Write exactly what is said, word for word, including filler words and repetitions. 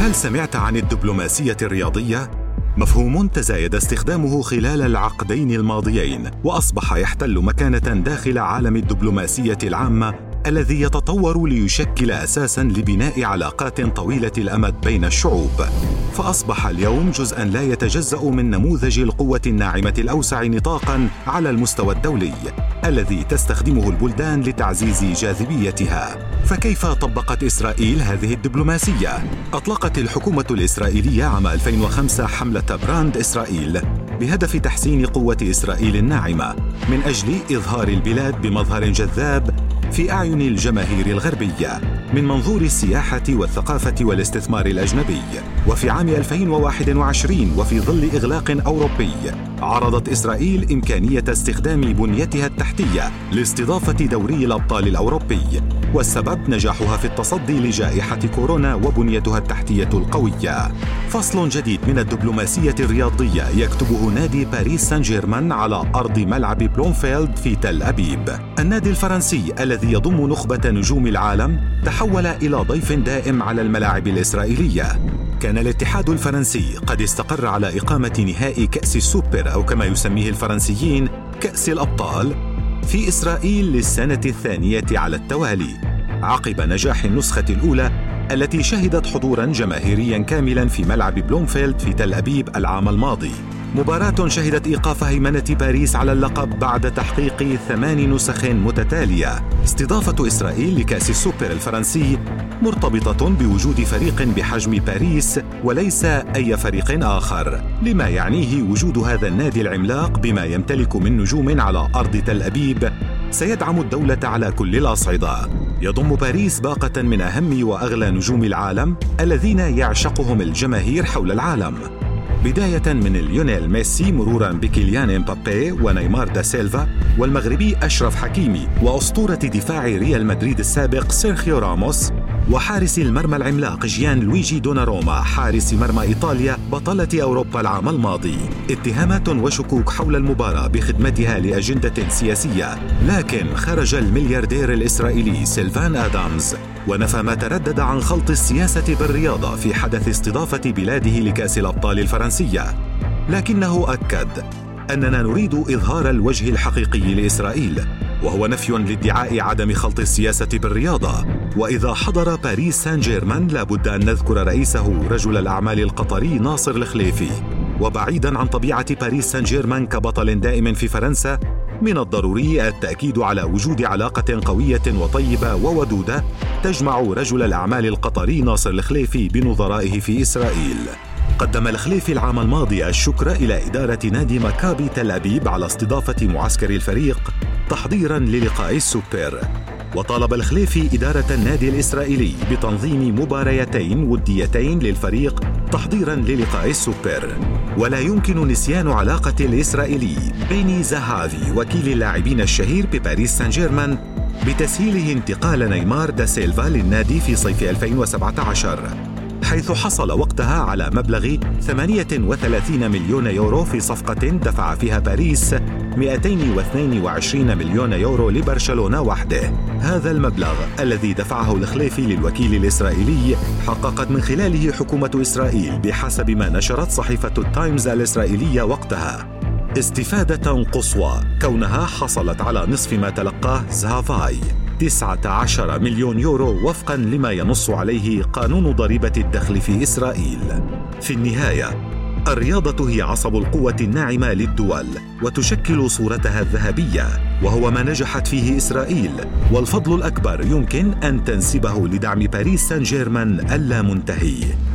هل سمعت عن الدبلوماسية الرياضية؟ مفهوم تزايد استخدامه خلال العقدين الماضيين، وأصبح يحتل مكانة داخل عالم الدبلوماسية العامة الذي يتطور ليشكل أساساً لبناء علاقات طويلة الأمد بين الشعوب. فأصبح اليوم جزءاً لا يتجزأ من نموذج القوة الناعمة الأوسع نطاقاً على المستوى الدولي، الذي تستخدمه البلدان لتعزيز جاذبيتها. فكيف طبقت إسرائيل هذه الدبلوماسية؟ أطلقت الحكومة الإسرائيلية عام ألفين وخمسة حملة براند إسرائيل بهدف تحسين قوة إسرائيل الناعمة من أجل إظهار البلاد بمظهر جذاب في أعين الجماهير الغربية من منظور السياحة والثقافة والاستثمار الأجنبي. وفي عام ألفين وواحد وعشرين وفي ظل إغلاق أوروبي، عرضت إسرائيل إمكانية استخدام بنيتها التحتية لاستضافة دوري الأبطال الأوروبي، والسبب نجاحها في التصدي لجائحة كورونا وبنيتها التحتية القوية. فصل جديد من الدبلوماسية الرياضية يكتبه نادي باريس سان جيرمان على أرض ملعب بلومفيلد في تل أبيب. النادي الفرنسي الذي يضم نخبة نجوم العالم تحول إلى ضيف دائم على الملاعب الإسرائيلية. كان الاتحاد الفرنسي قد استقر على إقامة نهائي كأس السوبر، أو كما يسميه الفرنسيين كأس الأبطال، في إسرائيل للسنة الثانية على التوالي، عقب نجاح النسخة الأولى التي شهدت حضوراً جماهيرياً كاملاً في ملعب بلومفيلد في تل أبيب العام الماضي. مباراة شهدت إيقاف هيمنة باريس على اللقب بعد تحقيق ثمان نسخ متتالية. استضافة إسرائيل لكأس السوبر الفرنسي مرتبطة بوجود فريق بحجم باريس وليس أي فريق آخر، لما يعنيه وجود هذا النادي العملاق بما يمتلك من نجوم على أرض تل أبيب سيدعم الدولة على كل الأصعدة. يضم باريس باقة من أهم وأغلى نجوم العالم الذين يعشقهم الجماهير حول العالم، بداية من ليونيل ميسي مروراً بكيليان إمبابي ونيمار دا سيلفا والمغربي أشرف حكيمي وأسطورة دفاع ريال مدريد السابق سيرخيو راموس وحارس المرمى العملاق جيان لويجي دوناروما حارس مرمى إيطاليا بطلة أوروبا العام الماضي. اتهامات وشكوك حول المباراة بخدمتها لأجندة سياسية، لكن خرج الملياردير الإسرائيلي سيلفان آدامز ونفى ما تردد عن خلط السياسة بالرياضة في حدث استضافة بلاده لكأس الأبطال الفرنسية، لكنه أكد أننا نريد إظهار الوجه الحقيقي لإسرائيل، وهو نفي لادعاء عدم خلط السياسة بالرياضة. وإذا حضر باريس سان جيرمان لابد أن نذكر رئيسه رجل الأعمال القطري ناصر الخليفي. وبعيداً عن طبيعة باريس سان جيرمان كبطل دائم في فرنسا، من الضروري التأكيد على وجود علاقة قوية وطيبة وودودة تجمع رجل الأعمال القطري ناصر الخليفي بنظرائه في إسرائيل. قدم الخليفي العام الماضي الشكر إلى إدارة نادي مكابي تل أبيب على استضافة معسكر الفريق تحضيراً للقاء السوبر. وطالب الخليفي إدارة النادي الإسرائيلي بتنظيم مباريتين وديتين للفريق تحضيراً للقاء السوبر. ولا يمكن نسيان علاقة الإسرائيلي بيني زهافي وكيل اللاعبين الشهير بباريس سان جيرمان بتسهيله انتقال نيمار دا سيلفا للنادي في صيف ألفين وسبعة عشر، حيث حصل وقتها على مبلغ ثمانية وثلاثين مليون يورو في صفقة دفع فيها باريس مئتين واثنين وعشرين مليون يورو لبرشلونة وحده. هذا المبلغ الذي دفعه الخليفي للوكيل الإسرائيلي حققت من خلاله حكومة إسرائيل بحسب ما نشرت صحيفة التايمز الإسرائيلية وقتها استفادة قصوى، كونها حصلت على نصف ما تلقاه زهافاي، تسعة عشر مليون يورو وفقاً لما ينص عليه قانون ضريبة الدخل في إسرائيل. في النهاية، الرياضة هي عصب القوة الناعمة للدول وتشكل صورتها الذهبية، وهو ما نجحت فيه إسرائيل، والفضل الأكبر يمكن أن تنسبه لدعم باريس سان جيرمان اللامنتهي.